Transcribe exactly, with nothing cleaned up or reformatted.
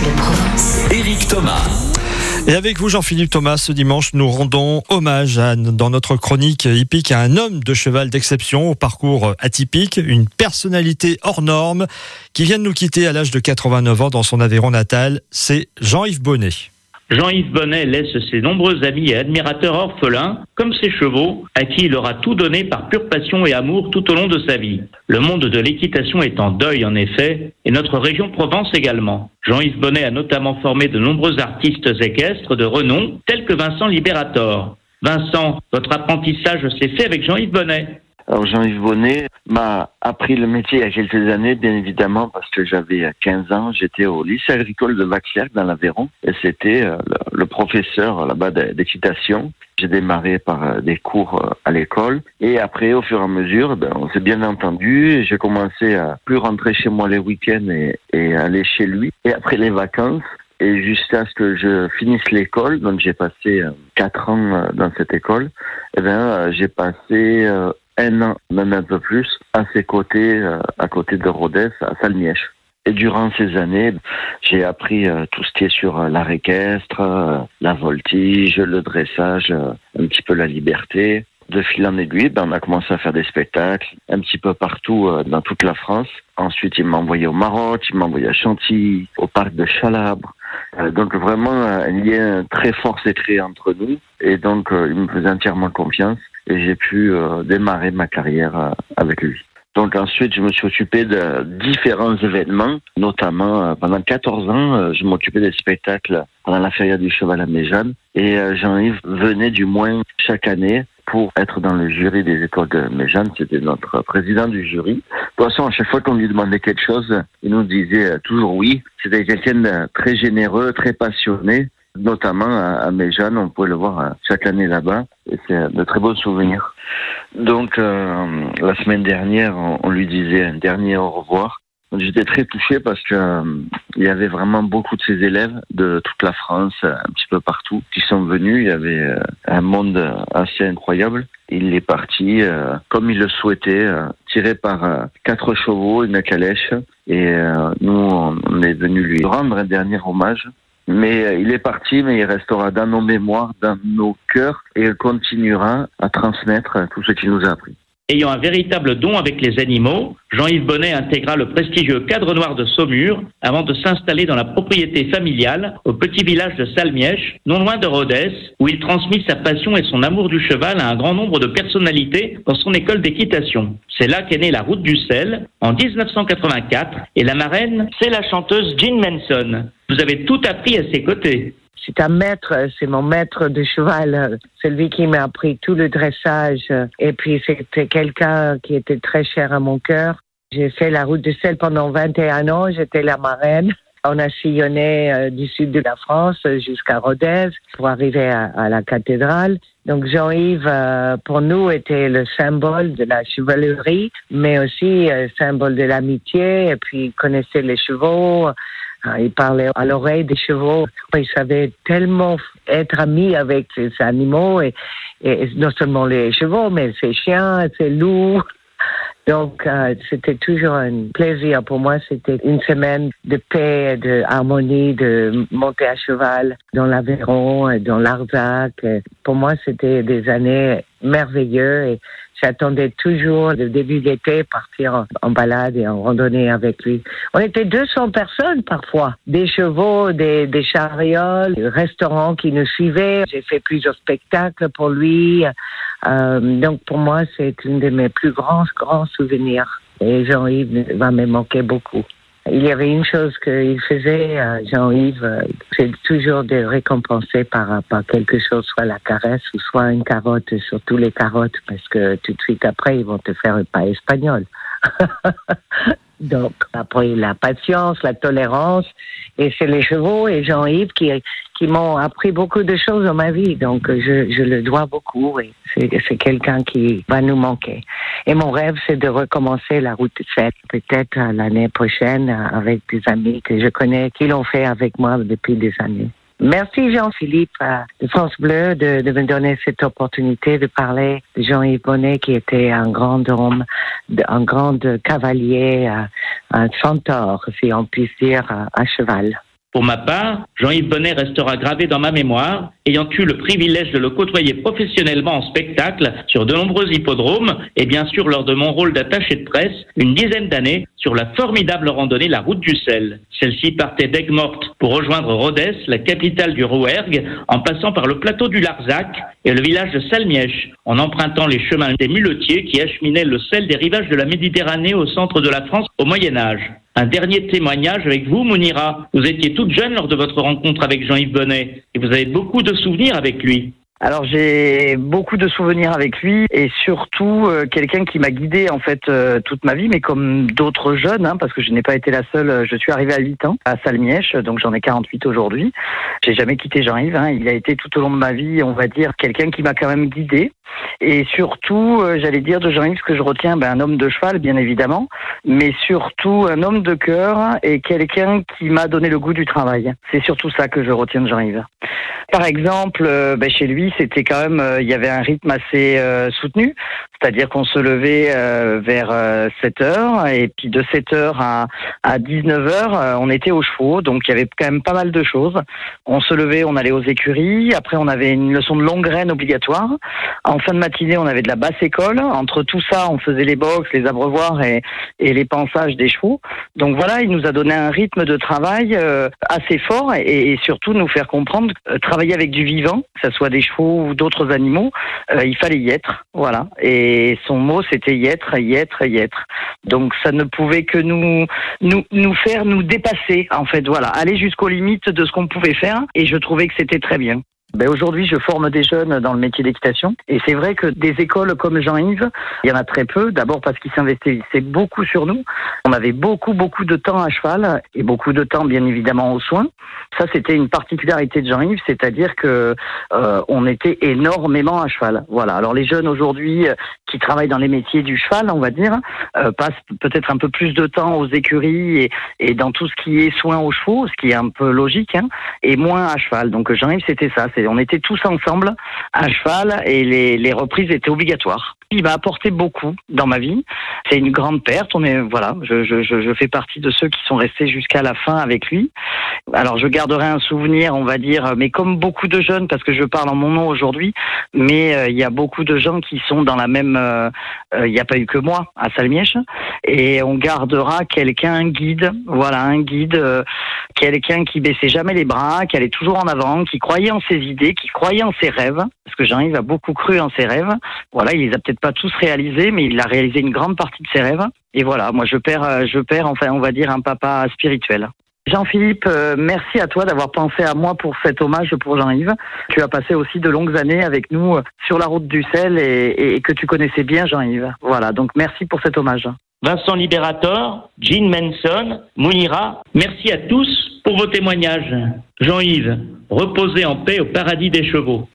de Provence. Éric Thomas. Et avec vous, Jean-Philippe Thomas, ce dimanche, nous rendons hommage à, dans notre chronique hippique à un homme de cheval d'exception au parcours atypique, une personnalité hors norme qui vient de nous quitter à l'âge de quatre-vingt-neuf ans dans son Aveyron natal. C'est Jean-Yves Bonnet. Jean-Yves Bonnet laisse ses nombreux amis et admirateurs orphelins, comme ses chevaux, à qui il aura tout donné par pure passion et amour tout au long de sa vie. Le monde de l'équitation est en deuil en effet, et notre région Provence également. Jean-Yves Bonnet a notamment formé de nombreux artistes équestres de renom, tels que Vincent Liberator. Vincent, votre apprentissage s'est fait avec Jean-Yves Bonnet. Alors Jean-Yves Bonnet m'a appris le métier il y a quelques années, bien évidemment, parce que j'avais quinze ans, j'étais au lycée agricole de Vaclerc dans l'Aveyron, et c'était le, le professeur là-bas d'équitation. J'ai démarré par des cours à l'école, et après, au fur et à mesure, ben, on s'est bien entendu, et j'ai commencé à plus rentrer chez moi les week-ends et, et aller chez lui. Et après les vacances, et jusqu'à ce que je finisse l'école, donc j'ai passé quatre ans dans cette école, et ben j'ai passé euh, un an, même un peu plus, à ses côtés, euh, à côté de Rodez, à Salmièche. Et durant ces années, j'ai appris euh, tout ce qui est sur euh, l'art équestre, euh, la voltige, le dressage, euh, un petit peu la liberté. De fil en aiguille, ben, on a commencé à faire des spectacles un petit peu partout euh, dans toute la France. Ensuite, il m'a envoyé au Maroc, il m'a envoyé à Chantilly, au parc de Chalabre. Euh, donc vraiment, un lien très fort s'est créé entre nous. Et donc, euh, il me faisait entièrement confiance. Et j'ai pu euh, démarrer ma carrière euh, avec lui. Donc ensuite, je me suis occupé de différents événements, notamment euh, pendant quatorze ans, euh, je m'occupais des spectacles pendant la Feria du Cheval à Méjeanne. Et euh, Jean-Yves venait du moins chaque année pour être dans le jury des écoles de Méjeanne. C'était notre président du jury. De toute façon, à chaque fois qu'on lui demandait quelque chose, il nous disait euh, toujours oui. C'était quelqu'un de très généreux, très passionné. Notamment à Méjeanne, on pouvait le voir chaque année là-bas, et c'est de très beaux souvenirs. Donc, euh, la semaine dernière, on, on lui disait un dernier au revoir. Donc, j'étais très touché parce que euh, il y avait vraiment beaucoup de ses élèves de toute la France, un petit peu partout, qui sont venus. Il y avait euh, un monde assez incroyable. Il est parti euh, comme il le souhaitait, euh, tiré par euh, quatre chevaux, une calèche, et euh, nous, on, on est venu lui rendre un dernier hommage. Mais il est parti, mais il restera dans nos mémoires, dans nos cœurs, et il continuera à transmettre tout ce qu'il nous a appris. Ayant un véritable don avec les animaux, Jean-Yves Bonnet intégra le prestigieux Cadre Noir de Saumur avant de s'installer dans la propriété familiale au petit village de Salmièche, non loin de Rodez, où il transmit sa passion et son amour du cheval à un grand nombre de personnalités dans son école d'équitation. C'est là qu'est née la Route du Sel en dix-neuf cent quatre-vingt-quatre, et la marraine, c'est la chanteuse Jean Manson. Vous avez tout appris à ses côtés. C'est un maître, c'est mon maître de cheval, celui qui m'a appris tout le dressage. Et puis c'était quelqu'un qui était très cher à mon cœur. J'ai fait la Route du Sel pendant vingt et un ans, j'étais la marraine. On a sillonné euh, du sud de la France jusqu'à Rodez pour arriver à, à la cathédrale. Donc Jean-Yves, euh, pour nous, était le symbole de la chevalerie, mais aussi euh, symbole de l'amitié. Et puis il connaissait les chevaux. Il parlait à l'oreille des chevaux. Il savait tellement être ami avec ses animaux, et, et non seulement les chevaux, mais ses chiens, ses loups. Donc, euh, c'était toujours un plaisir pour moi. C'était une semaine de paix, de harmonie, de monter à cheval dans l'Aveyron, dans l'Arzac. Pour moi, c'était des années merveilleuses, et j'attendais toujours le début d'été partir en, en balade et en randonnée avec lui. On était deux cents personnes parfois, des chevaux, des, des charioles, des restaurants qui nous suivaient. J'ai fait plusieurs spectacles pour lui. Euh, donc pour moi, c'est une de mes plus grands, grands souvenirs. Et Jean-Yves va me manquer beaucoup. Il y avait une chose qu'il faisait, Jean-Yves, c'est toujours de récompenser par, par quelque chose, soit la caresse ou soit une carotte, surtout les carottes, parce que tout de suite après, ils vont te faire un pas espagnol. Donc, après, la patience, la tolérance, et c'est les chevaux et Jean-Yves qui, qui m'ont appris beaucoup de choses dans ma vie. Donc, je, je le dois beaucoup, et c'est, c'est quelqu'un qui va nous manquer. Et mon rêve, c'est de recommencer la Route du Sel, peut-être l'année prochaine, avec des amis que je connais, qui l'ont fait avec moi depuis des années. Merci Jean-Philippe de France Bleu de, de me donner cette opportunité de parler de Jean-Yves Bonnet, qui était un grand homme, un grand cavalier, un centaure, si on puisse dire, à cheval. Pour ma part, Jean-Yves Bonnet restera gravé dans ma mémoire, ayant eu le privilège de le côtoyer professionnellement en spectacle sur de nombreux hippodromes et bien sûr lors de mon rôle d'attaché de presse une dizaine d'années sur la formidable randonnée La Route du Sel. Celle-ci partait d'Aigues-Mortes pour rejoindre Rodez, la capitale du Rouergue, en passant par le plateau du Larzac et le village de Salmièche, en empruntant les chemins des muletiers qui acheminaient le sel des rivages de la Méditerranée au centre de la France au Moyen-Âge. Un dernier témoignage avec vous, Mounira. Vous étiez toute jeune lors de votre rencontre avec Jean-Yves Bonnet et vous avez beaucoup de souvenirs avec lui. Alors j'ai beaucoup de souvenirs avec lui et surtout euh, quelqu'un qui m'a guidé en fait euh, toute ma vie, mais comme d'autres jeunes, hein, parce que je n'ai pas été la seule. Je suis arrivée à huit ans à Salmièche, donc j'en ai quarante-huit aujourd'hui. J'ai jamais quitté Jean-Yves. Hein. Il a été tout au long de ma vie, on va dire, quelqu'un qui m'a quand même guidé. Et surtout, euh, j'allais dire de Jean-Yves, ce que je retiens, ben, un homme de cheval, bien évidemment, mais surtout un homme de cœur et quelqu'un qui m'a donné le goût du travail. C'est surtout ça que je retiens de Jean-Yves. Par exemple, euh, ben, chez lui, c'était quand même, euh, il y avait un rythme assez euh, soutenu, c'est-à-dire qu'on se levait euh, vers euh, sept heures et puis de sept heures à, à dix-neuf heures, euh, on était aux chevaux, donc il y avait quand même pas mal de choses. On se levait, on allait aux écuries, après on avait une leçon de longue graine obligatoire. En fin de matinée, on avait de la basse école. Entre tout ça, on faisait les boxes, les abreuvoirs et, et les pansages des chevaux. Donc voilà, il nous a donné un rythme de travail euh, assez fort et, et surtout nous faire comprendre euh, travailler avec du vivant, que ce soit des chevaux ou d'autres animaux, euh, il fallait y être. Voilà. Et son mot, c'était y être, y être, y être. Donc ça ne pouvait que nous, nous, nous faire nous dépasser, en fait. Voilà, aller jusqu'aux limites de ce qu'on pouvait faire. Et je trouvais que c'était très bien. Ben aujourd'hui, je forme des jeunes dans le métier d'équitation. Et c'est vrai que des écoles comme Jean-Yves, il y en a très peu. D'abord parce qu'il s'investissait beaucoup sur nous. On avait beaucoup, beaucoup de temps à cheval et beaucoup de temps, bien évidemment, aux soins. Ça, c'était une particularité de Jean-Yves, c'est-à-dire que euh, on était énormément à cheval. Voilà. Alors les jeunes aujourd'hui euh, qui travaillent dans les métiers du cheval, on va dire, euh, passent peut-être un peu plus de temps aux écuries et, et dans tout ce qui est soins aux chevaux, ce qui est un peu logique, hein, et moins à cheval. Donc Jean-Yves, c'était ça. C'est, on était tous ensemble à cheval et les, les reprises étaient obligatoires. Il m'a apporté beaucoup dans ma vie. C'est une grande perte. On est, voilà, je, je, je fais partie de ceux qui sont restés jusqu'à la fin avec lui. Alors, je garderai un souvenir, on va dire, mais comme beaucoup de jeunes, parce que je parle en mon nom aujourd'hui, mais euh, il y a beaucoup de gens qui sont dans la même... Euh, euh, il n'y a pas eu que moi à Salmièche. Et on gardera quelqu'un, un guide, voilà, un guide, euh, quelqu'un qui baissait jamais les bras, qui allait toujours en avant, qui croyait en ses idées, qui croyait en ses rêves, parce que Jean-Yves a beaucoup cru en ses rêves. Voilà, il les a peut-être pas tous réalisés, mais il a réalisé une grande partie de ses rêves. Et voilà, moi je perds, je perds, enfin on va dire un papa spirituel. Jean-Philippe, euh, merci à toi d'avoir pensé à moi pour cet hommage pour Jean-Yves. Tu as passé aussi de longues années avec nous sur la route du sel et, et que tu connaissais bien Jean-Yves. Voilà, donc merci pour cet hommage. Vincent Liberator, Jean Manson, Mounira, merci à tous pour vos témoignages. Jean-Yves, reposez en paix au paradis des chevaux.